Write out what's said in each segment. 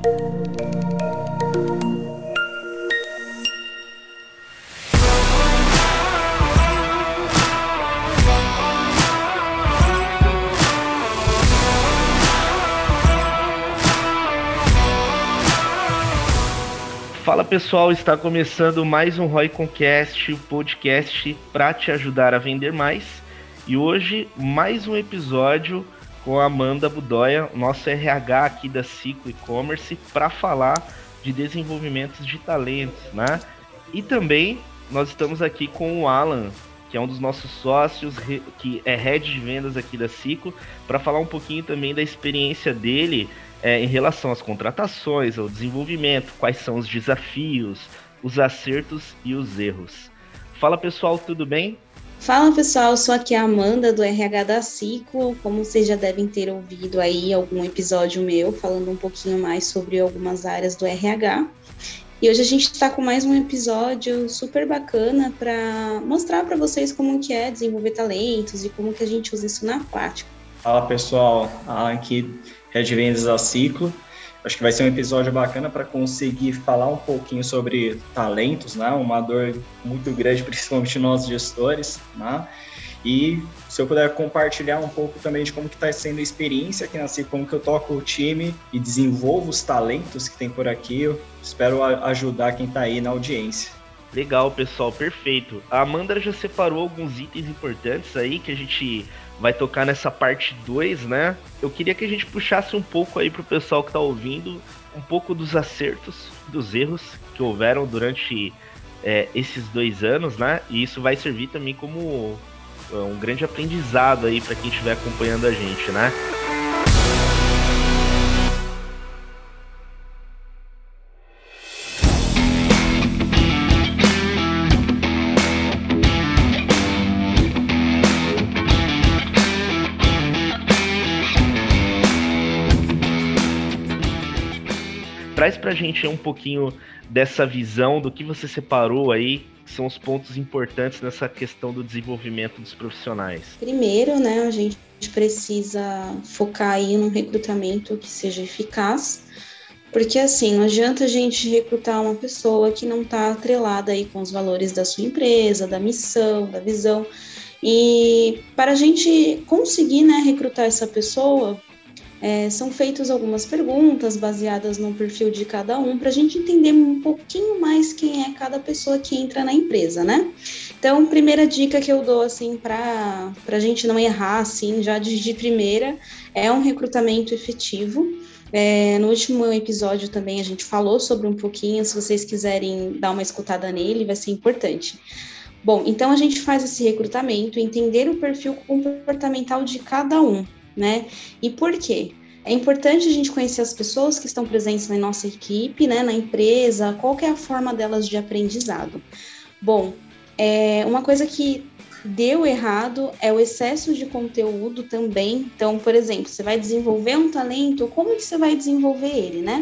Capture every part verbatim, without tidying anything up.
Fala pessoal, está começando mais um ROIConcast, o podcast para te ajudar a vender mais. E hoje, mais um episódio com a Amanda Budoia, nosso R H aqui da Ciclo E-Commerce, para falar de desenvolvimentos de talentos, né? E também nós estamos aqui com o Alan, que é um dos nossos sócios, que é head de vendas aqui da Ciclo, para falar um pouquinho também da experiência dele É, em relação às contratações, ao desenvolvimento, quais são os desafios, os acertos e os erros. Fala pessoal, tudo bem? Fala pessoal, sou aqui a Amanda do R H da Ciclo. Como vocês já devem ter ouvido aí algum episódio meu falando um pouquinho mais sobre algumas áreas do R H. E hoje a gente está com mais um episódio super bacana para mostrar para vocês como que é desenvolver talentos e como que a gente usa isso na prática. Fala pessoal, Alan aqui, Head Vendas da Ciclo. Acho que vai ser um episódio bacana para conseguir falar um pouquinho sobre talentos, né? Uma dor muito grande, principalmente nós gestores, né? E se eu puder compartilhar um pouco também de como que está sendo a experiência aqui na Ciclo, como que eu toco o time e desenvolvo os talentos que tem por aqui, eu espero ajudar quem está aí na audiência. Legal, pessoal, perfeito. A Amanda já separou alguns itens importantes aí que a gente vai tocar nessa parte dois, né? Eu queria que a gente puxasse um pouco aí pro pessoal que tá ouvindo, um pouco dos acertos, dos erros que houveram durante é, esses dois anos, né? E isso vai servir também como um grande aprendizado aí para quem estiver acompanhando a gente, né? Traz pra gente um pouquinho dessa visão do que você separou aí, que são os pontos importantes nessa questão do desenvolvimento dos profissionais. Primeiro, né, a gente precisa focar aí num recrutamento que seja eficaz, porque assim, não adianta a gente recrutar uma pessoa que não está atrelada aí com os valores da sua empresa, da missão, da visão. E para a gente conseguir, né, recrutar essa pessoa, É, são feitas algumas perguntas baseadas no perfil de cada um, para a gente entender um pouquinho mais quem é cada pessoa que entra na empresa, né? Então, primeira dica que eu dou, assim, para a gente não errar, assim, já de, de primeira, é um recrutamento efetivo. É, no último episódio também a gente falou sobre um pouquinho, se vocês quiserem dar uma escutada nele, vai ser importante. Bom, então a gente faz esse recrutamento, entender o perfil comportamental de cada um, né? E por quê? É importante a gente conhecer as pessoas que estão presentes na nossa equipe, né, na empresa, qual que é a forma delas de aprendizado. Bom, é, uma coisa que deu errado é o excesso de conteúdo também. Então, por exemplo, você vai desenvolver um talento, como que você vai desenvolver ele, né?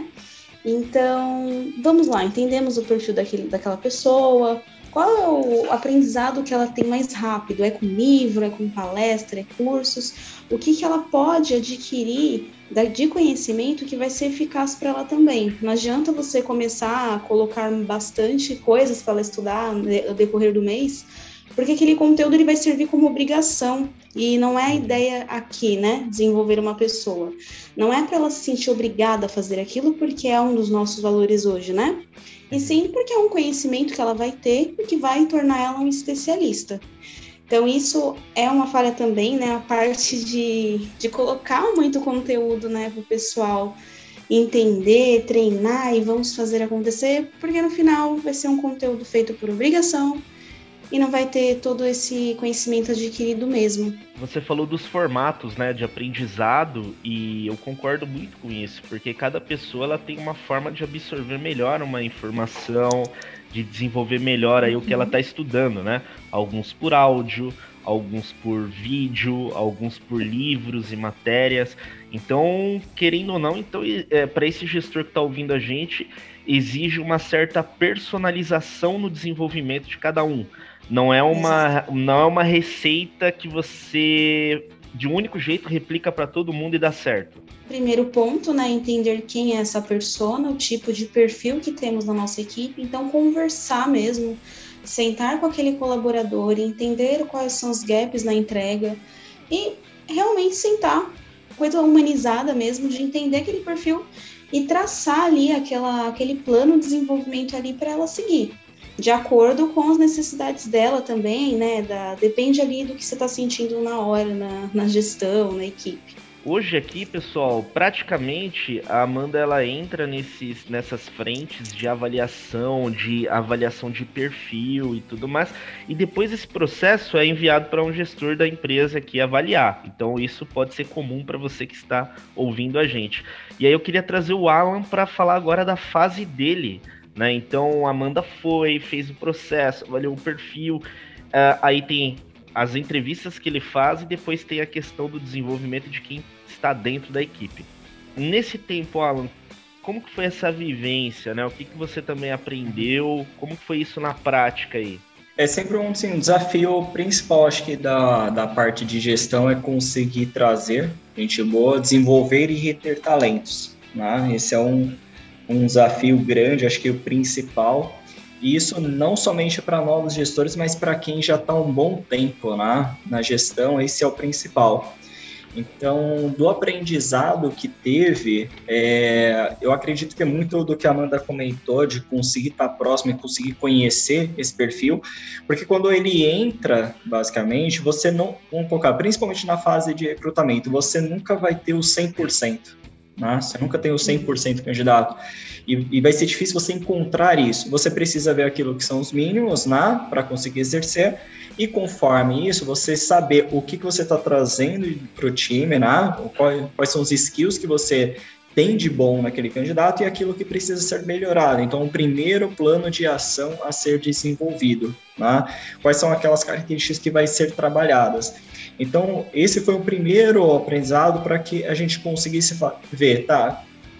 Então, vamos lá, entendemos o perfil daquele, daquela pessoa. Qual é o aprendizado que ela tem mais rápido? É com livro, é com palestra, é cursos? O que, que ela pode adquirir de conhecimento que vai ser eficaz para ela também? Não adianta você começar a colocar bastante coisas para ela estudar no decorrer do mês, porque aquele conteúdo ele vai servir como obrigação, e não é a ideia aqui, né, desenvolver uma pessoa. Não é para ela se sentir obrigada a fazer aquilo, porque é um dos nossos valores hoje, né? E sim porque é um conhecimento que ela vai ter e que vai tornar ela um especialista. Então, isso é uma falha também, né? A parte de, de colocar muito conteúdo, né, para o pessoal entender, treinar e vamos fazer acontecer, porque no final vai ser um conteúdo feito por obrigação e não vai ter todo esse conhecimento adquirido mesmo. Você falou dos formatos, né, de aprendizado, e eu concordo muito com isso, porque cada pessoa ela tem uma forma de absorver melhor uma informação, de desenvolver melhor aí uhum. o que ela está estudando, né? Alguns por áudio, alguns por vídeo, alguns por livros e matérias. Então, querendo ou não, então, é, para esse gestor que está ouvindo a gente, exige uma certa personalização no desenvolvimento de cada um. Não é uma, não é uma receita que você de um único jeito replica para todo mundo e dá certo? Primeiro ponto, né, entender quem é essa persona, o tipo de perfil que temos na nossa equipe, então conversar mesmo, sentar com aquele colaborador, entender quais são os gaps na entrega e realmente sentar, coisa humanizada mesmo, de entender aquele perfil e traçar ali aquela, aquele plano de desenvolvimento ali para ela seguir, de acordo com as necessidades dela também, né, da, depende ali do que você está sentindo na hora, na, na gestão, na equipe. Hoje aqui, pessoal, praticamente a Amanda ela entra nesses, nessas frentes de avaliação, de avaliação de perfil e tudo mais, e depois esse processo é enviado para um gestor da empresa aqui avaliar. Então isso pode ser comum para você que está ouvindo a gente. E aí eu queria trazer o Alan para falar agora da fase dele, né? Então a Amanda foi, fez o processo, avaliou o perfil, uh, aí tem as entrevistas que ele faz e depois tem a questão do desenvolvimento de quem está dentro da equipe. Nesse tempo, Alan, como que foi essa vivência, né? O que, que você também aprendeu? Como que foi isso na prática aí? É sempre um, assim, um desafio principal, acho que da, da parte de gestão é conseguir trazer gente boa, desenvolver e reter talentos, né? Esse é um, um desafio grande, acho que o principal. E isso não somente para novos gestores, mas para quem já está um bom tempo, né, na gestão, esse é o principal. Então, do aprendizado que teve, é, eu acredito que é muito do que a Amanda comentou, de conseguir estar próximo e conseguir conhecer esse perfil, porque quando ele entra, basicamente, você não, vamos colocar, principalmente na fase de recrutamento, você nunca vai ter o cem por cento. Né? Você nunca tem o cem por cento candidato e, e vai ser difícil você encontrar isso. Você precisa ver aquilo que são os mínimos, né, para conseguir exercer, e conforme isso, você saber o que, que você está trazendo para o time, né, quais, quais são os skills que você tem de bom naquele candidato e aquilo que precisa ser melhorado. Então, o primeiro plano de ação a ser desenvolvido, né? Quais são aquelas características que vai ser trabalhadas. Então, esse foi o primeiro aprendizado para que a gente conseguisse ver, tá?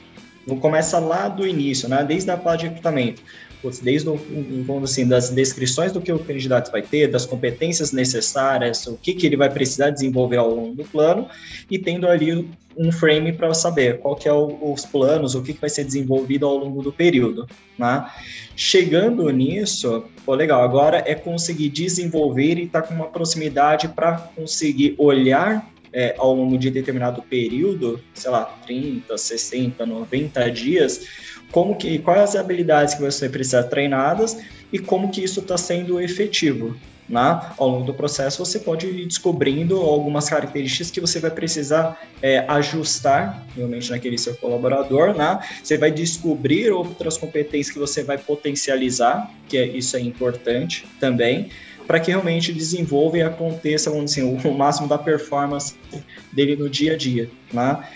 Começa lá do início, né? Desde a parte de recrutamento. Desde o, vamos assim, das descrições do que o candidato vai ter, das competências necessárias, o que, que ele vai precisar desenvolver ao longo do plano, e tendo ali um frame para saber qual que é o, os planos, o que, que vai ser desenvolvido ao longo do período, né? Chegando nisso, pô, legal, agora é conseguir desenvolver e estar tá com uma proximidade para conseguir olhar é, ao longo de determinado período, sei lá, trinta, sessenta, noventa dias, como que, quais as habilidades que você precisa treinadas e como que isso está sendo efetivo. Né? Ao longo do processo você pode ir descobrindo algumas características que você vai precisar é, ajustar realmente naquele seu colaborador, né? Você vai descobrir outras competências que você vai potencializar, que é, isso é importante também, para que realmente desenvolva e aconteça, vamos dizer, o, o máximo da performance dele no dia a dia, né?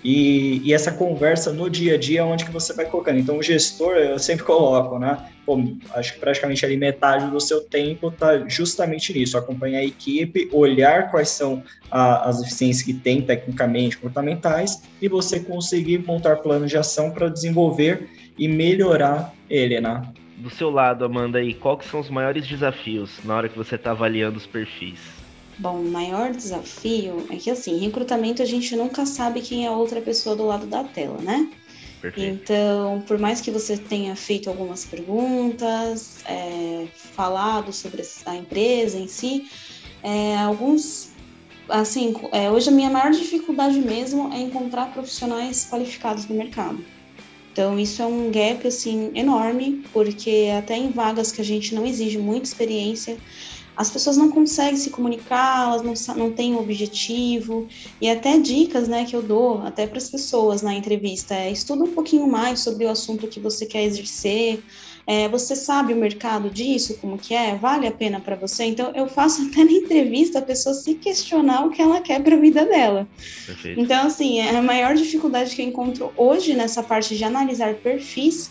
E, e essa conversa no dia a dia é onde que você vai colocando. Então, o gestor, eu sempre coloco, né? Pô, acho que praticamente ali metade do seu tempo está justamente nisso, acompanhar a equipe, olhar quais são a, as eficiências que tem tecnicamente, comportamentais, e você conseguir montar planos de ação para desenvolver e melhorar ele, né? Do seu lado, Amanda, aí, qual que são os maiores desafios na hora que você está avaliando os perfis? Bom, o maior desafio é que, assim, recrutamento a gente nunca sabe quem é a outra pessoa do lado da tela, né? Perfeito. Então, por mais que você tenha feito algumas perguntas, é, falado sobre a empresa em si, é, alguns, assim, é, hoje a minha maior dificuldade mesmo é encontrar profissionais qualificados no mercado. Então, isso é um gap, assim, enorme, porque até em vagas que a gente não exige muita experiência, as pessoas não conseguem se comunicar, elas não, não têm um objetivo, e até dicas, né, que eu dou até para as pessoas na entrevista, é, estuda um pouquinho mais sobre o assunto que você quer exercer, é, você sabe o mercado disso, como que é, vale a pena para você? Então, eu faço até na entrevista a pessoa se questionar o que ela quer para a vida dela. Perfeito. Então, assim, a maior dificuldade que eu encontro hoje nessa parte de analisar perfis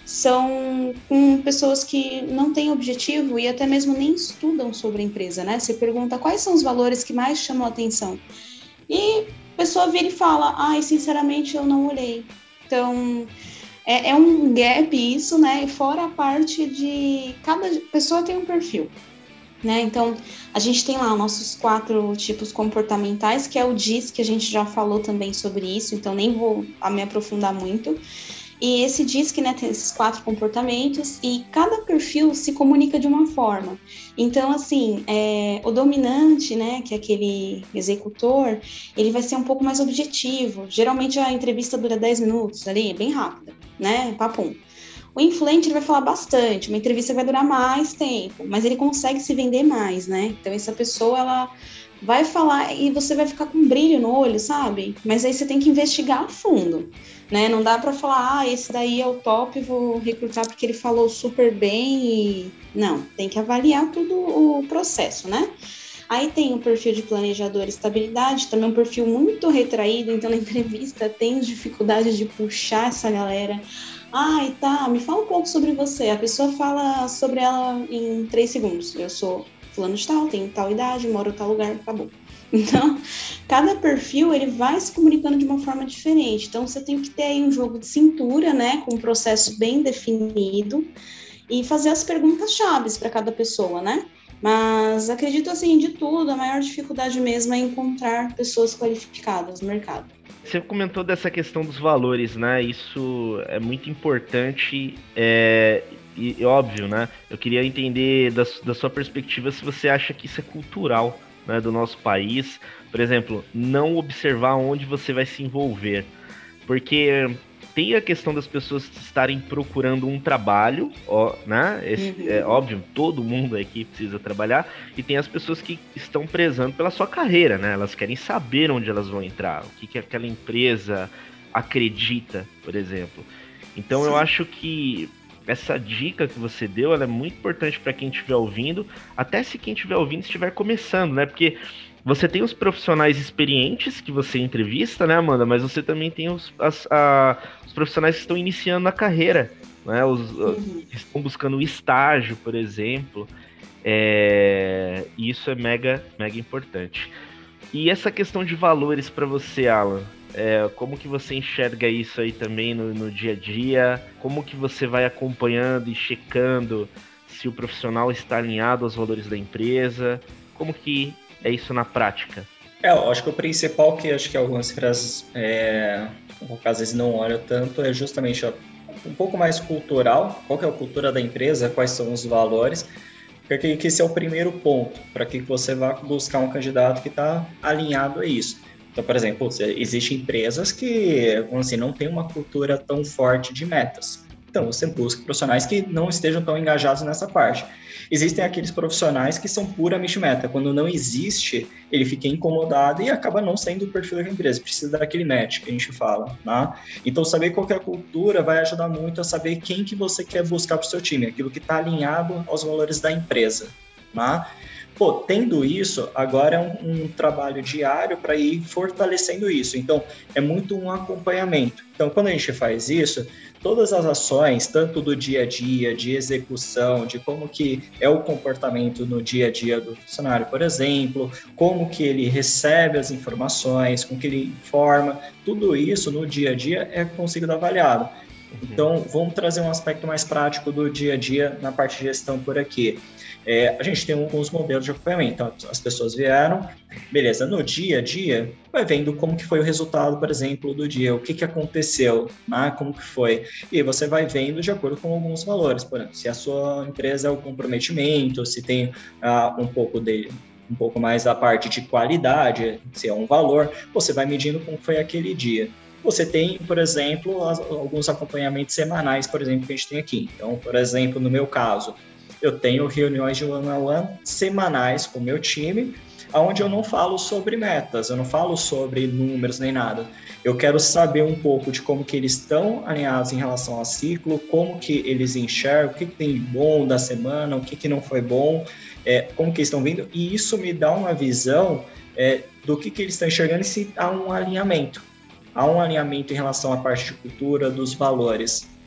são com pessoas que não têm objetivo e até mesmo nem estudam sobre a empresa, né? Você pergunta quais são os valores que mais chamam a atenção e a pessoa vira e fala, ai, sinceramente eu não olhei. Então, é, é um gap isso, né? Fora a parte de cada pessoa tem um perfil. né? Então, a gente tem lá nossos quatro tipos comportamentais, que é o D I S C, que a gente já falou também sobre isso, então nem vou me aprofundar muito. E esse D I S C, né, tem esses quatro comportamentos e cada perfil se comunica de uma forma. Então, assim, é, o dominante, né, que é aquele executor, ele vai ser um pouco mais objetivo. Geralmente a entrevista dura dez minutos ali, é bem rápida, né, papum. O influente, ele vai falar bastante, uma entrevista vai durar mais tempo, mas ele consegue se vender mais, né? Então, essa pessoa, ela vai falar e você vai ficar com um brilho no olho, sabe? Mas aí você tem que investigar a fundo, né? Não dá para falar, ah, esse daí é o top, vou recrutar porque ele falou super bem e... Não, tem que avaliar tudo o processo, né? Aí tem o perfil de planejador e estabilidade, também um perfil muito retraído, então na entrevista tem dificuldade de puxar essa galera. Ai, tá, me fala um pouco sobre você. A pessoa fala sobre ela em três segundos. Eu sou fulano de tal, tenho tal idade, moro em tal lugar, acabou. Então, cada perfil, ele vai se comunicando de uma forma diferente. Então, você tem que ter aí um jogo de cintura, né, com um processo bem definido e fazer as perguntas chaves para cada pessoa, né? Mas acredito, assim, de tudo, a maior dificuldade mesmo é encontrar pessoas qualificadas no mercado. Você comentou dessa questão dos valores, né? Isso é muito importante é, e, e óbvio, né? Eu queria entender da, da sua perspectiva se você acha que isso é cultural, né, do nosso país. Por exemplo, não observar onde você vai se envolver. Porque tem a questão das pessoas estarem procurando um trabalho, ó, né? Esse, uhum. É óbvio, todo mundo aqui precisa trabalhar, e tem as pessoas que estão prezando pela sua carreira, né? Elas querem saber onde elas vão entrar, o que, que aquela empresa acredita, por exemplo. Então, sim, eu acho que essa dica que você deu, ela é muito importante para quem estiver ouvindo, até se quem estiver ouvindo estiver começando, né? Porque você tem os profissionais experientes que você entrevista, né, Amanda? Mas você também tem os, as, a, os profissionais que estão iniciando na carreira, né? Os, uhum. que estão buscando estágio, por exemplo. É, e isso é mega, mega importante. E essa questão de valores para você, Alan? É, como que você enxerga isso aí também no, no dia a dia? Como que você vai acompanhando e checando se o profissional está alinhado aos valores da empresa? Como que é isso na prática? É, eu acho que o principal que acho que algumas empresas é, às vezes não olham tanto é justamente ó, um pouco mais cultural. Qual que é a cultura da empresa? Quais são os valores? Porque que esse é o primeiro ponto para que você vá buscar um candidato que está alinhado a isso. Então, por exemplo, existem empresas que assim, não têm uma cultura tão forte de metas. Então, você busca profissionais que não estejam tão engajados nessa parte. Existem aqueles profissionais que são puramente meta. Quando não existe, ele fica incomodado e acaba não sendo o perfil da empresa. Precisa daquele match que a gente fala. Né? Então, saber qual que é a cultura vai ajudar muito a saber quem que você quer buscar para o seu time, aquilo que está alinhado aos valores da empresa. Né? Pô, tendo isso, agora é um, um trabalho diário para ir fortalecendo isso. Então, é muito um acompanhamento. Então, quando a gente faz isso, todas as ações, tanto do dia a dia, de execução, de como que é o comportamento no dia a dia do funcionário, por exemplo, como que ele recebe as informações, como que ele informa, tudo isso no dia a dia é conseguido avaliado. Então, vamos trazer um aspecto mais prático do dia a dia na parte de gestão por aqui. É, a gente tem alguns modelos de acompanhamento. Então, as pessoas vieram, beleza, no dia a dia, vai vendo como que foi o resultado, por exemplo, do dia, o que, que aconteceu, né? Como que foi. E você vai vendo de acordo com alguns valores, por exemplo, se a sua empresa é o comprometimento, se tem uh, um pouco de... um pouco mais da parte de qualidade, se é um valor, você vai medindo como foi aquele dia. Você tem, por exemplo, alguns acompanhamentos semanais, por exemplo, que a gente tem aqui. Então, por exemplo, no meu caso, eu tenho reuniões de one-on-one semanais com o meu time, onde eu não falo sobre metas, eu não falo sobre números nem nada. Eu quero saber um pouco de como que eles estão alinhados em relação ao ciclo, como que eles enxergam, o que, que tem bom da semana, o que, que não foi bom, é, como que eles estão vindo, e isso me dá uma visão é, do que, que eles estão enxergando e se há um alinhamento. Há um alinhamento em relação à parte de cultura, dos valores.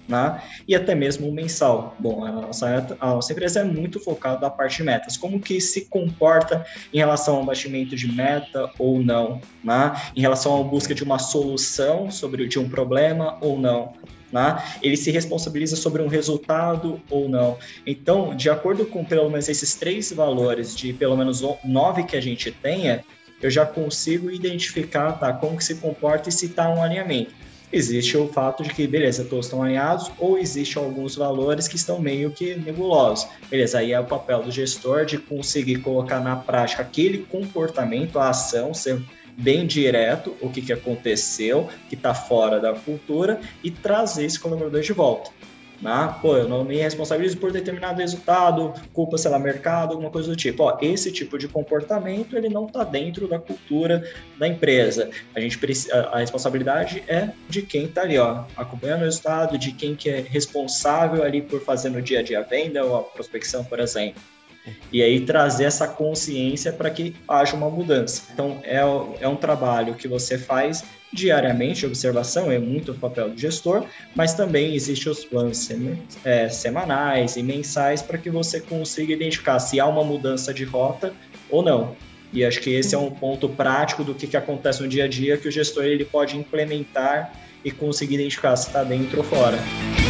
né? E até mesmo o mensal. Bom, a nossa, a nossa empresa é muito focada na parte de metas. Como que se comporta em relação ao batimento de meta ou não, né? Em relação à busca de uma solução sobre de um problema ou não. Né? Ele se responsabiliza sobre um resultado ou não. Então, de acordo com pelo menos esses três valores, de pelo menos nove que a gente tenha, eu já consigo identificar, tá, como que se comporta e se está um alinhamento. Existe o fato de que, beleza, todos estão alinhados, ou existem alguns valores que estão meio que nebulosos. Beleza, aí é o papel do gestor de conseguir colocar na prática aquele comportamento, a ação, ser bem direto, o que, que aconteceu, que está fora da cultura, e trazer esse colaborador de volta. Né? Pô, eu não me responsabilizo por determinado resultado, culpa, sei lá, mercado, alguma coisa do tipo. Ó, esse tipo de comportamento, ele não está dentro da cultura da empresa. A gente precisa, a responsabilidade é de quem está ali, ó, acompanhando o resultado, de quem que é responsável ali por fazer no dia a dia a venda ou a prospecção, por exemplo. E aí trazer essa consciência para que haja uma mudança. Então, é, é um trabalho que você faz diariamente, observação, é muito o papel do gestor, mas também existem os planos é, semanais e mensais para que você consiga identificar se há uma mudança de rota ou não. E acho que esse é um ponto prático do que, que acontece no dia a dia, que o gestor ele pode implementar e conseguir identificar se está dentro ou fora.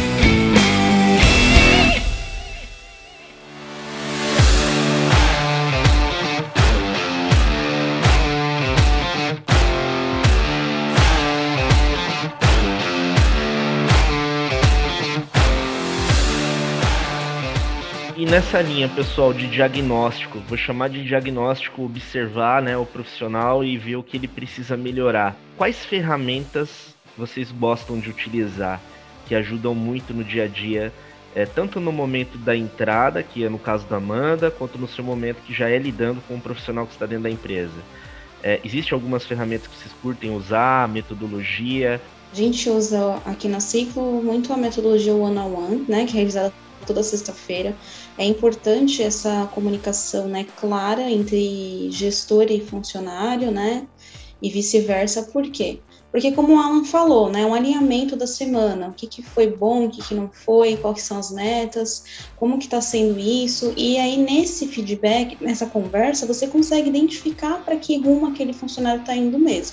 E nessa linha, pessoal, de diagnóstico, vou chamar de diagnóstico, observar, né, o profissional e ver o que ele precisa melhorar. Quais ferramentas vocês gostam de utilizar, que ajudam muito no dia a dia, é, tanto no momento da entrada, que é no caso da Amanda, quanto no seu momento que já é lidando com o profissional que está dentro da empresa? É, Existem algumas ferramentas que vocês curtem usar, metodologia? A gente usa aqui na Ciclo muito a metodologia one-on-one, né, que é revisada toda sexta-feira. É importante essa comunicação, né, clara entre gestor e funcionário, né, e vice-versa. Por quê? Porque, como o Alan falou, né, um alinhamento da semana, o que, que foi bom, o que, que não foi, quais são as metas, como que está sendo isso, e aí nesse feedback, nessa conversa, você consegue identificar para que rumo aquele funcionário está indo mesmo.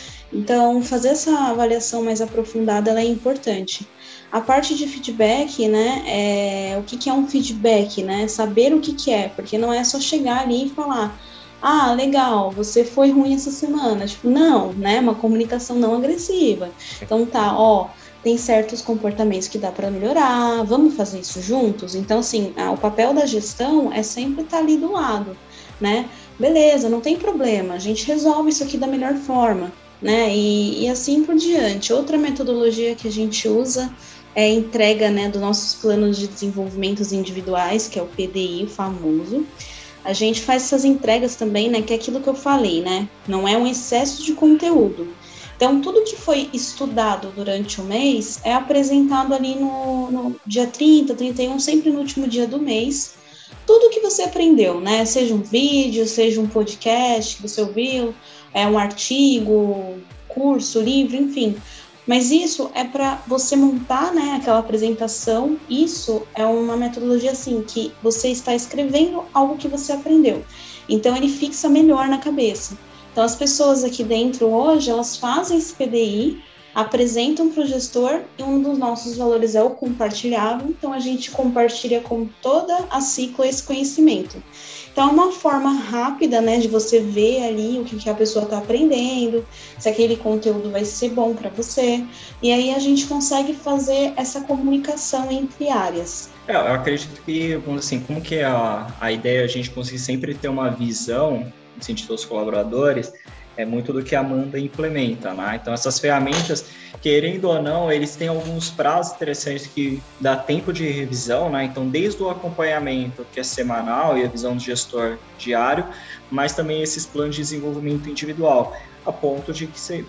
Então, fazer essa avaliação mais aprofundada, ela é importante. A parte de feedback, né, é, o que, que é um feedback, né, saber o que, que é, porque não é só chegar ali e falar, ah, legal, você foi ruim essa semana, tipo, não, né, uma comunicação não agressiva. Então tá, ó, tem certos comportamentos que dá para melhorar, vamos fazer isso juntos? Então, assim, a, o papel da gestão é sempre estar ali do lado, né, beleza, não tem problema, a gente resolve isso aqui da melhor forma, né, e, e assim por diante. Outra metodologia que a gente usa é a entrega, né, dos nossos planos de desenvolvimentos individuais, que é o P D I famoso. A gente faz essas entregas também, né, que é aquilo que eu falei, né, não é um excesso de conteúdo. Então, tudo que foi estudado durante o mês é apresentado ali no, no dia trinta, trinta e um, sempre no último dia do mês. Tudo que você aprendeu, né, seja um vídeo, seja um podcast que você ouviu, é um artigo, curso, livro, enfim. Mas isso é para você montar, né, aquela apresentação. Isso é uma metodologia assim, que você está escrevendo algo que você aprendeu. Então ele fixa melhor na cabeça. Então as pessoas aqui dentro hoje, elas fazem esse P D I, apresentam para o gestor, e um dos nossos valores é o compartilhável. Então a gente compartilha com toda a Ciclo esse conhecimento. Então, é uma forma rápida, né, de você ver ali o que, que a pessoa está aprendendo, se aquele conteúdo vai ser bom para você. E aí a gente consegue fazer essa comunicação entre áreas. É, eu acredito que, assim, como que é a, a ideia é a gente conseguir sempre ter uma visão, no sentido dos colaboradores, é muito do que a Amanda implementa, né? Então, essas ferramentas, querendo ou não, eles têm alguns prazos interessantes que dá tempo de revisão, né? Então, desde o acompanhamento, que é semanal, e a visão do gestor diário, mas também esses planos de desenvolvimento individual, a ponto de, que se,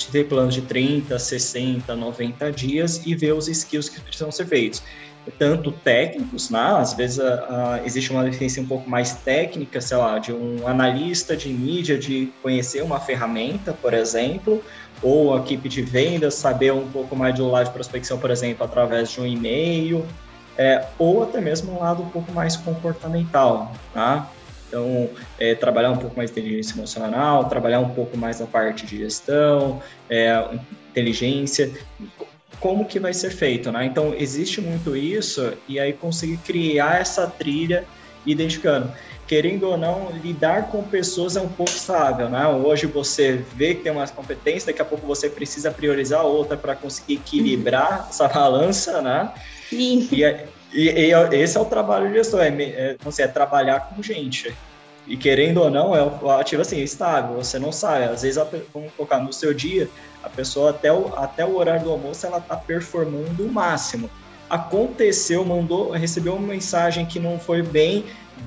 ter planos de trinta, sessenta, noventa dias e ver os skills que precisam ser feitos. Tanto técnicos, né? Às vezes a, a, existe uma deficiência um pouco mais técnica, sei lá, de um analista de mídia, de conhecer uma ferramenta, por exemplo, ou a equipe de vendas, saber um pouco mais do lado de prospecção, por exemplo, através de um e-mail, é, ou até mesmo um lado um pouco mais comportamental, tá? Então, é, trabalhar um pouco mais de inteligência emocional, trabalhar um pouco mais na parte de gestão, é, inteligência, como que vai ser feito, né? Então, existe muito isso, e aí conseguir criar essa trilha identificando. Querendo ou não, lidar com pessoas é um pouco estável, né? Hoje você vê que tem umas competências, daqui a pouco você precisa priorizar outra para conseguir equilibrar essa balança, né? Sim. E, e, e esse é o trabalho de gestor, é, é, não sei, é trabalhar com gente. E querendo ou não, é um ativo assim, estável, você não sabe. Às vezes, vamos colocar no seu dia, a pessoa até o, até o horário do almoço, ela está performando o máximo. Aconteceu, mandou, recebeu uma mensagem que não foi bem,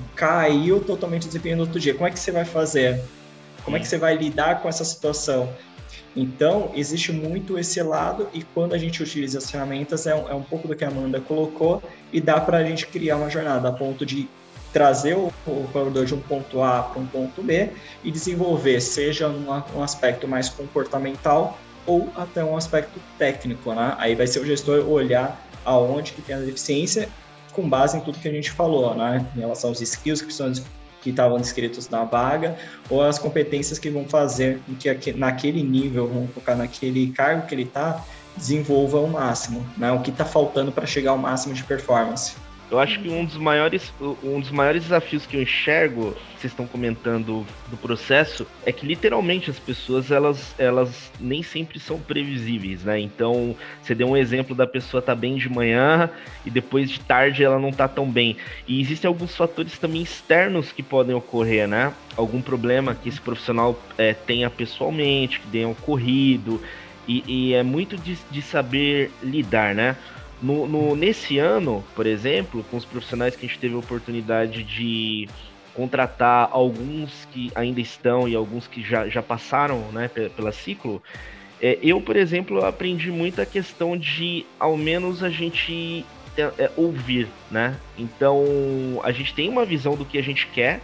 caiu totalmente o desempenho no outro dia. Como é que você vai fazer? Como é que você vai lidar com essa situação? Então, existe muito esse lado, e quando a gente utiliza as ferramentas, é um, é um pouco do que a Amanda colocou, e dá para a gente criar uma jornada a ponto de trazer o, o colaborador de um ponto A para um ponto B e desenvolver, seja num, um aspecto mais comportamental ou até um aspecto técnico, né? Aí vai ser o gestor olhar aonde que tem a deficiência com base em tudo que a gente falou, né? Em relação aos skills que, são, que estavam descritos na vaga ou as competências que vão fazer com que naquele nível, vamos focar naquele cargo que ele está, desenvolva o máximo, né? O que está faltando para chegar ao máximo de performance. Eu acho que um dos maiores, um dos maiores desafios que eu enxergo, que vocês estão comentando do processo, é que literalmente as pessoas, elas, elas nem sempre são previsíveis, né? Então, você deu um exemplo da pessoa estar tá bem de manhã e depois de tarde ela não tá tão bem. E existem alguns fatores também externos que podem ocorrer, né? Algum problema que esse profissional é, tenha pessoalmente, que tenha ocorrido, e, e é muito de, de saber lidar, né? No, no, nesse ano, por exemplo, com os profissionais que a gente teve a oportunidade de contratar, alguns que ainda estão e alguns que já, já passaram, né, pela ciclo, é, eu, por exemplo, aprendi muito a questão de, ao menos, a gente é, é, ouvir, né? Então, a gente tem uma visão do que a gente quer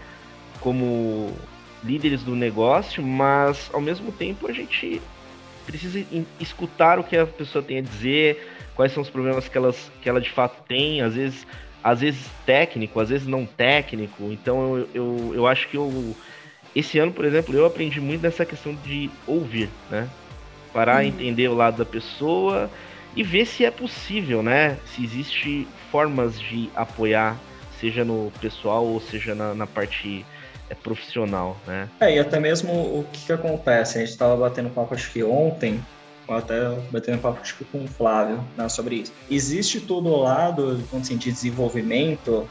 como líderes do negócio, mas, ao mesmo tempo, a gente precisa escutar o que a pessoa tem a dizer, quais são os problemas que, elas, que ela de fato tem, às vezes, às vezes técnico, às vezes não técnico. Então eu, eu, eu acho que eu, esse ano, por exemplo, eu aprendi muito nessa questão de ouvir, né? Parar, hum. entender o lado da pessoa e ver se é possível, né? Se existe formas de apoiar, seja no pessoal ou seja na, na parte é, profissional, né? É, e até mesmo o que, que acontece, a gente estava batendo papo acho que ontem, até batendo papo com o Flávio, né, sobre isso. Existe todo o lado, assim, de desenvolvimento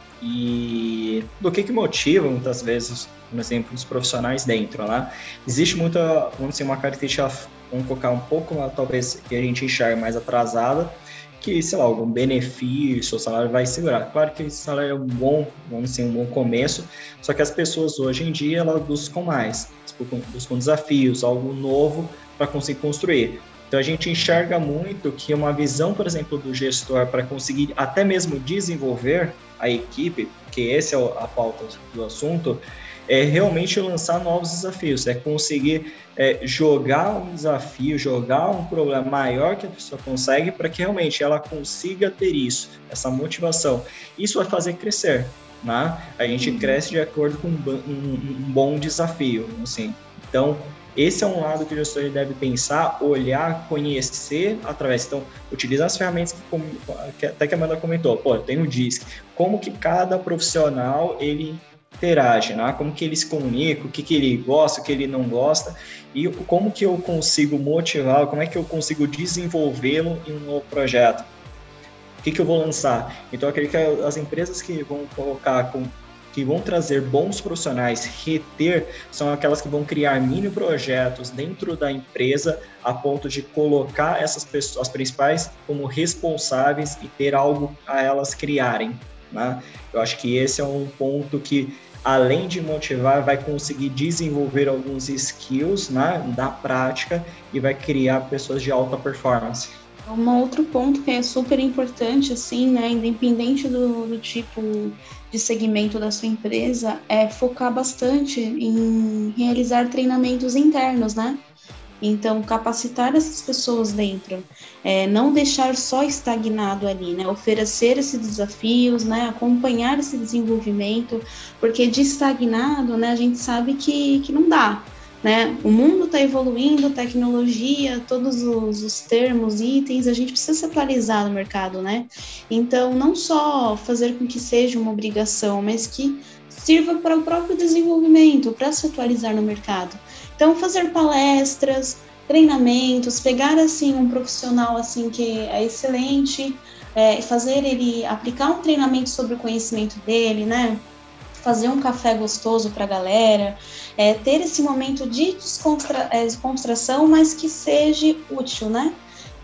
e do que que motiva muitas vezes, por exemplo, os profissionais dentro, né? Existe muita, vamos dizer, uma característica, vamos colocar um pouco, talvez, que a gente enxerga mais atrasada, que, sei lá, algum benefício, o salário vai segurar. Claro que esse salário é um bom, vamos dizer, um bom começo, só que as pessoas hoje em dia, elas buscam mais, buscam desafios, algo novo para conseguir construir. Então, a gente enxerga muito que uma visão, por exemplo, do gestor para conseguir até mesmo desenvolver a equipe, que essa é a pauta do assunto, é realmente lançar novos desafios, é conseguir é, jogar um desafio, jogar um problema maior que a pessoa consegue para que realmente ela consiga ter isso, essa motivação. Isso vai fazer crescer, né? A gente uhum. cresce de acordo com um, um, um bom desafio, assim. Então, esse é um lado que o gestor deve pensar, olhar, conhecer através. Então, utilizar as ferramentas que, que até que a Amanda comentou. Pô, tem o D I S C. Como que cada profissional ele interage, né? Como que ele se comunica, o que, que ele gosta, o que ele não gosta, e como que eu consigo motivar, como é que eu consigo desenvolvê-lo em um novo projeto. O que, que eu vou lançar? Então, eu acredito que as empresas que vão colocar com que vão trazer bons profissionais, reter, são aquelas que vão criar mini projetos dentro da empresa a ponto de colocar essas pessoas, as principais, como responsáveis e ter algo a elas criarem, né? Eu acho que esse é um ponto que além de motivar, vai conseguir desenvolver alguns skills, né, da prática e vai criar pessoas de alta performance. Um outro ponto que é super importante, assim, né, independente do, do tipo de segmento da sua empresa, é focar bastante em realizar treinamentos internos, né? Então, capacitar essas pessoas dentro, é, não deixar só estagnado ali, né? Oferecer esses desafios, né? Acompanhar esse desenvolvimento, porque de estagnado, né, a gente sabe que, que não dá. Né? O mundo está evoluindo, tecnologia, todos os, os termos, itens, a gente precisa se atualizar no mercado, né? Então, não só fazer com que seja uma obrigação, mas que sirva para o próprio desenvolvimento, para se atualizar no mercado. Então, fazer palestras, treinamentos, pegar assim um profissional assim que é excelente, é, fazer ele aplicar um treinamento sobre o conhecimento dele, né? Fazer um café gostoso para a galera, é, ter esse momento de descontra, é, descontração, mas que seja útil, né?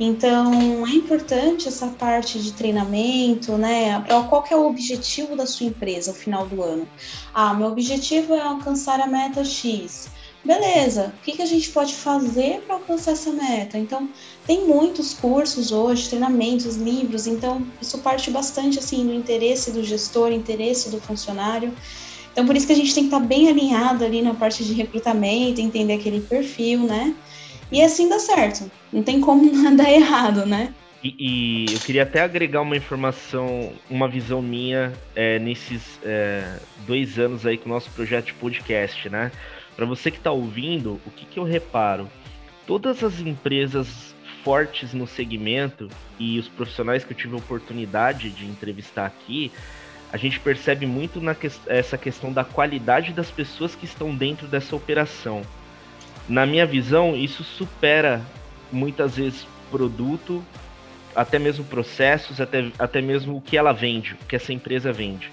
Então, é importante essa parte de treinamento, né? Qual que é o objetivo da sua empresa ao final do ano? Ah, meu objetivo é alcançar a meta X. Beleza, o que, que a gente pode fazer para alcançar essa meta? Então, tem muitos cursos hoje, treinamentos, livros, então isso parte bastante assim do interesse do gestor, interesse do funcionário. Então, por isso que a gente tem que estar bem alinhado ali na parte de recrutamento, entender aquele perfil, né? E assim dá certo, não tem como dar errado, né? E, e eu queria até agregar uma informação, uma visão minha é, nesses é, dois anos aí com o nosso projeto de podcast, né? Para você que está ouvindo, o que, que eu reparo? Todas as empresas fortes no segmento e os profissionais que eu tive a oportunidade de entrevistar aqui, a gente percebe muito na que, essa questão da qualidade das pessoas que estão dentro dessa operação. Na minha visão, isso supera muitas vezes produto, até mesmo processos, até, até mesmo o que ela vende, o que essa empresa vende.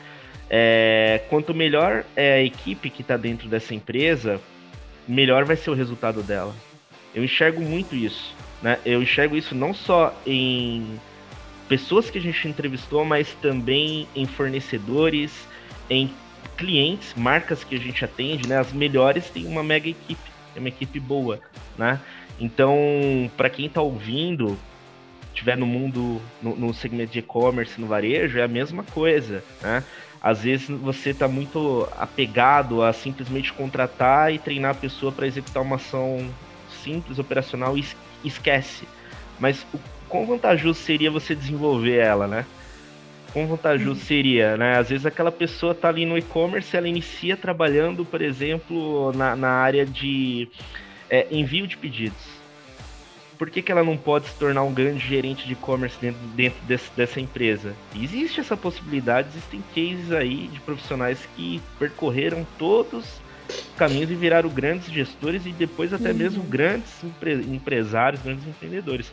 É, quanto melhor é a equipe que está dentro dessa empresa, melhor vai ser o resultado dela. Eu enxergo muito isso, né? Eu enxergo isso não só em pessoas que a gente entrevistou, mas também em fornecedores, em clientes, marcas que a gente atende, né? As melhores têm uma mega equipe, é uma equipe boa, né? Então, para quem está ouvindo, estiver no mundo, no, no segmento de e-commerce, no varejo, é a mesma coisa, né? Às vezes você está muito apegado a simplesmente contratar e treinar a pessoa para executar uma ação simples, operacional, e esquece. Mas o quão vantajoso seria você desenvolver ela, né? Quão vantajoso seria, né? Às vezes aquela pessoa está ali no e-commerce, ela inicia trabalhando, por exemplo, na, na área de é, envio de pedidos. Por que que ela não pode se tornar um grande gerente de e-commerce dentro, dentro desse, dessa empresa? Existe essa possibilidade, existem cases aí de profissionais que percorreram todos os caminhos e viraram grandes gestores e depois até uhum. mesmo grandes empre, empresários, grandes empreendedores.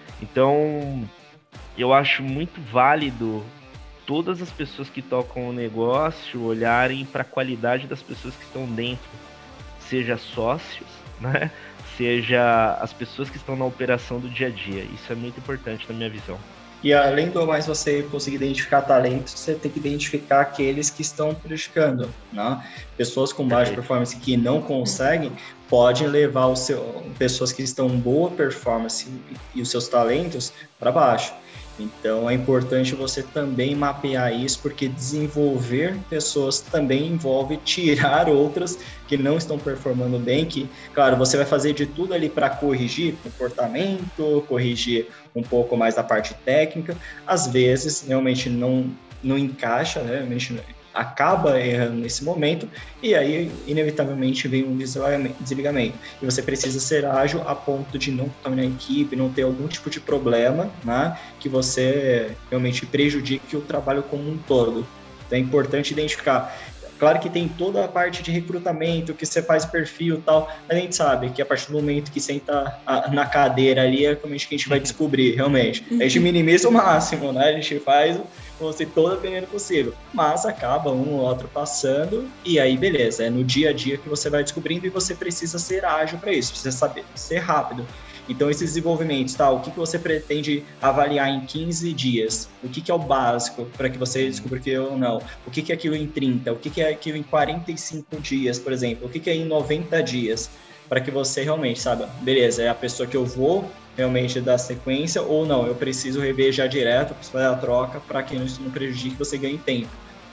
Então, eu acho muito válido todas as pessoas que tocam o negócio olharem para a qualidade das pessoas que estão dentro, seja sócios, né? Seja as pessoas que estão na operação do dia a dia. Isso é muito importante na minha visão. E além do mais você conseguir identificar talentos, você tem que identificar aqueles que estão prejudicando, né? Pessoas com baixa performance que não conseguem, podem levar o seu, pessoas que estão em boa performance e os seus talentos para baixo. Então, é importante você também mapear isso, porque desenvolver pessoas também envolve tirar outras que não estão performando bem, que, claro, você vai fazer de tudo ali para corrigir comportamento, corrigir um pouco mais a parte técnica. Às vezes, realmente não, não encaixa, né? Realmente acaba errando nesse momento e aí inevitavelmente vem um desligamento e você precisa ser ágil a ponto de não contaminar a equipe, não ter algum tipo de problema, né, que você realmente prejudique o trabalho como um todo. Então é importante identificar. Claro que tem toda a parte de recrutamento, que você faz perfil e tal, mas a gente sabe que a partir do momento que senta na cadeira ali é como a gente vai descobrir, realmente. A gente minimiza o máximo, né? A gente faz você todo o primeiro possível, mas acaba um ou outro passando e aí beleza, é no dia a dia que você vai descobrindo e você precisa ser ágil para isso, precisa saber ser rápido. Então, esses desenvolvimentos, tá? O que, que você pretende avaliar em quinze dias? O que, que é o básico para que você descubra que ou não? O que, que é aquilo em trinta? O que, que é aquilo em quarenta e cinco dias, por exemplo? O que, que é em noventa dias? Para que você realmente saiba, beleza, é a pessoa que eu vou realmente dar sequência ou não, eu preciso rever já direto, preciso fazer a troca para que isso não prejudique, você ganhe tempo.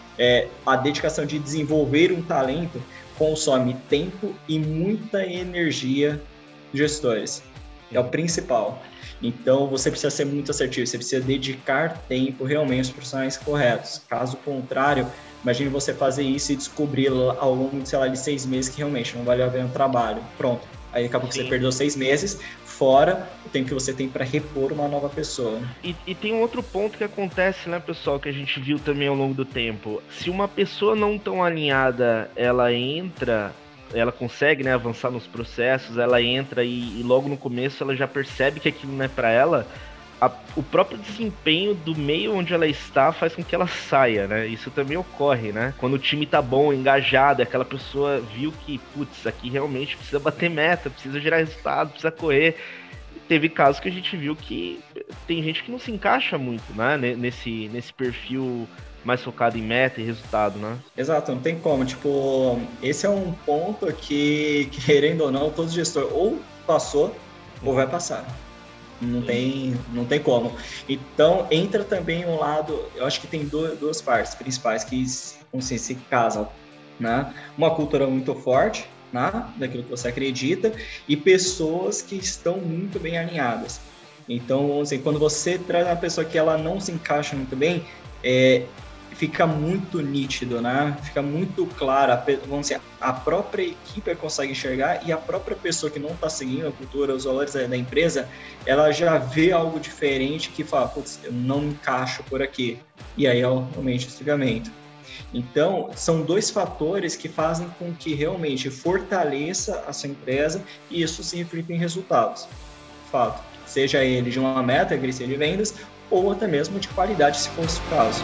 É, a dedicação de desenvolver um talento consome tempo e muita energia dos gestores. É o principal. Então, você precisa ser muito assertivo, você precisa dedicar tempo realmente aos profissionais corretos. Caso contrário, imagine você fazer isso e descobrir ao longo, sei lá, de seis meses que realmente não valeu a pena o trabalho. Pronto. Aí acabou que Sim. você perdeu seis meses, fora o tempo que você tem para repor uma nova pessoa. E, e tem um outro ponto que acontece, né, pessoal, que a gente viu também ao longo do tempo. Se uma pessoa não tão alinhada, ela entra, ela consegue, né, avançar nos processos, ela entra e, e logo no começo ela já percebe que aquilo não é para ela, a, o próprio desempenho do meio onde ela está faz com que ela saia, né? Isso também ocorre, né? Quando o time tá bom, engajado, aquela pessoa viu que, putz, aqui realmente precisa bater meta, precisa gerar resultado, precisa correr. Teve casos que a gente viu que tem gente que não se encaixa muito, né? Nesse, nesse perfil mais focado em meta e resultado, né? Exato, não tem como. Tipo, esse é um ponto que, querendo ou não, todo gestor ou passou ou vai passar. Não tem, não tem como. Então, entra também um lado, eu acho que tem duas, duas partes principais que assim, se casam, né? Uma cultura muito forte, né? Daquilo que você acredita, e pessoas que estão muito bem alinhadas. Então, assim, quando você traz uma pessoa que ela não se encaixa muito bem, é, fica muito nítido, né? Fica muito claro, a, vamos dizer, a própria equipe consegue enxergar e a própria pessoa que não está seguindo a cultura, os valores da empresa, ela já vê algo diferente que fala, putz, eu não me encaixo por aqui. E aí, realmente, o estrigamento. Então, são dois fatores que fazem com que realmente fortaleça a sua empresa e isso se reflita em resultados. Fato. Seja ele de uma meta agressiva de vendas ou até mesmo de qualidade, se fosse o caso.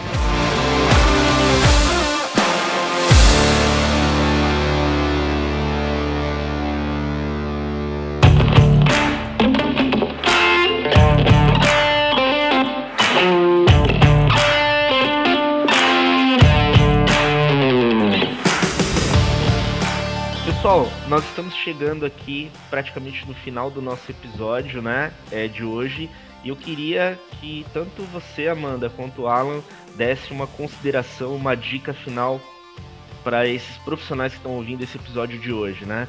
Pessoal, nós estamos chegando aqui praticamente no final do nosso episódio, né, é, de hoje, e eu queria que tanto você, Amanda, quanto o Alan desse uma consideração, uma dica final para esses profissionais que estão ouvindo esse episódio de hoje, né.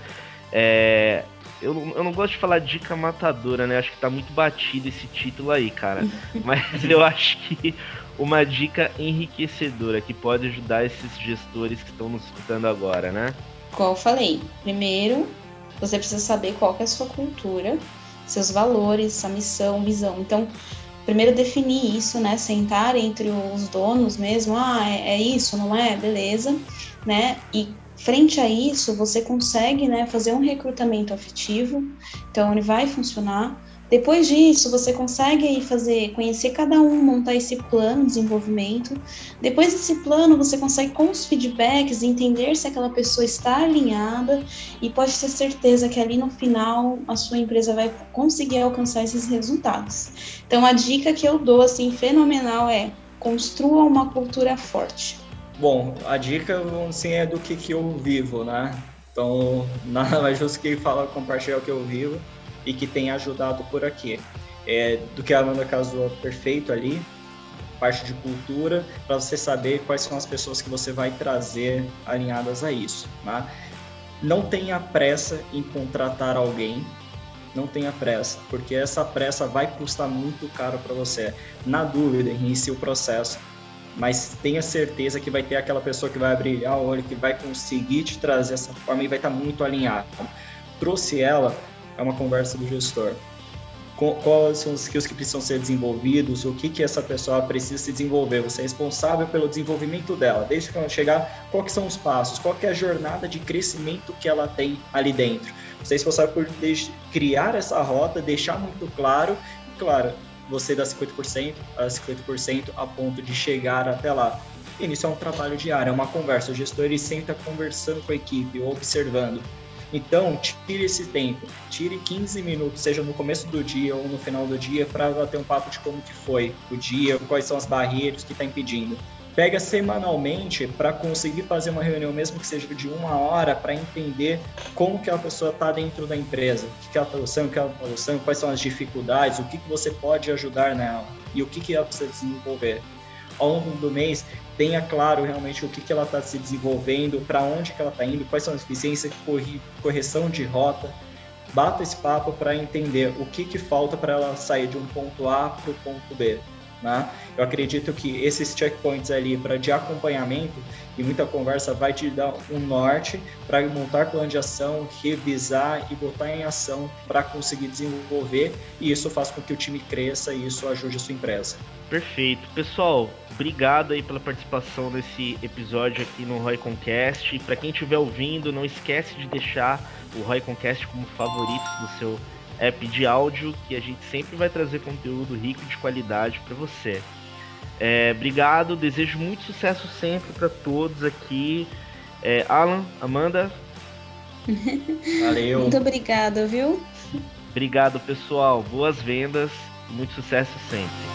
É, eu, eu não gosto de falar dica matadora, né, acho que tá muito batido esse título aí, cara, mas eu acho que uma dica enriquecedora que pode ajudar esses gestores que estão nos escutando agora, né. Como eu falei, primeiro você precisa saber qual que é a sua cultura, seus valores, sua missão, visão. Então, primeiro definir isso, né? Sentar entre os donos mesmo, ah, é, é isso, não é? Beleza, né? E frente a isso, você consegue, né, fazer um recrutamento afetivo, então ele vai funcionar. Depois disso, você consegue aí fazer, conhecer cada um, montar esse plano de desenvolvimento. Depois desse plano, você consegue, com os feedbacks, entender se aquela pessoa está alinhada e pode ter certeza que ali no final a sua empresa vai conseguir alcançar esses resultados. Então, a dica que eu dou, assim, fenomenal é: construa uma cultura forte. Bom, a dica, assim, é do que, que eu vivo, né? Então, nada mais justo que falar, compartilhar o que eu vivo e que tem ajudado por aqui. É, do que a Amanda casou perfeito ali, parte de cultura, para você saber quais são as pessoas que você vai trazer alinhadas a isso. Tá? Não tenha pressa em contratar alguém, não tenha pressa, porque essa pressa vai custar muito caro para você. Na dúvida, inicie o processo, mas tenha certeza que vai ter aquela pessoa que vai brilhar o olho, que vai conseguir te trazer essa forma e vai estar muito alinhado. Trouxe ela, é uma conversa do gestor. Quais são os skills que precisam ser desenvolvidos, o que, que essa pessoa precisa se desenvolver, você é responsável pelo desenvolvimento dela, desde que ela chegar, quais são os passos, qual que é a jornada de crescimento que ela tem ali dentro. Você é responsável por criar essa rota, deixar muito claro, e claro, você dá cinquenta por cento a cinquenta por cento a ponto de chegar até lá. E isso é um trabalho diário, é uma conversa, o gestor ele senta conversando com a equipe, observando. Então, tire esse tempo, tire quinze minutos, seja no começo do dia ou no final do dia, para bater um papo de como que foi o dia, quais são as barreiras que está impedindo. Pega semanalmente para conseguir fazer uma reunião, mesmo que seja de uma hora, para entender como que a pessoa está dentro da empresa, o que, que ela está usando, o que ela está usando, quais são as dificuldades, o que, que você pode ajudar nela e o que, que ela precisa desenvolver. Ao longo do mês, tenha claro realmente o que, que ela está se desenvolvendo, para onde que ela está indo, quais são as eficiências, correção de rota. Bata esse papo para entender o que, que falta para ela sair de um ponto A para o ponto B. Né? Eu acredito que esses checkpoints ali para de acompanhamento e muita conversa vai te dar um norte para montar plano de ação, revisar e botar em ação para conseguir desenvolver, e isso faz com que o time cresça e isso ajude a sua empresa. Perfeito. Pessoal, obrigado aí pela participação nesse episódio aqui no RoyConcast. Para quem estiver ouvindo, não esquece de deixar o RoyConcast como favorito do seu app de áudio, que a gente sempre vai trazer conteúdo rico de qualidade para você. É, obrigado, desejo muito sucesso sempre para todos aqui. É, Alan, Amanda. Valeu. Muito obrigada, viu? Obrigado, pessoal. Boas vendas e muito sucesso sempre.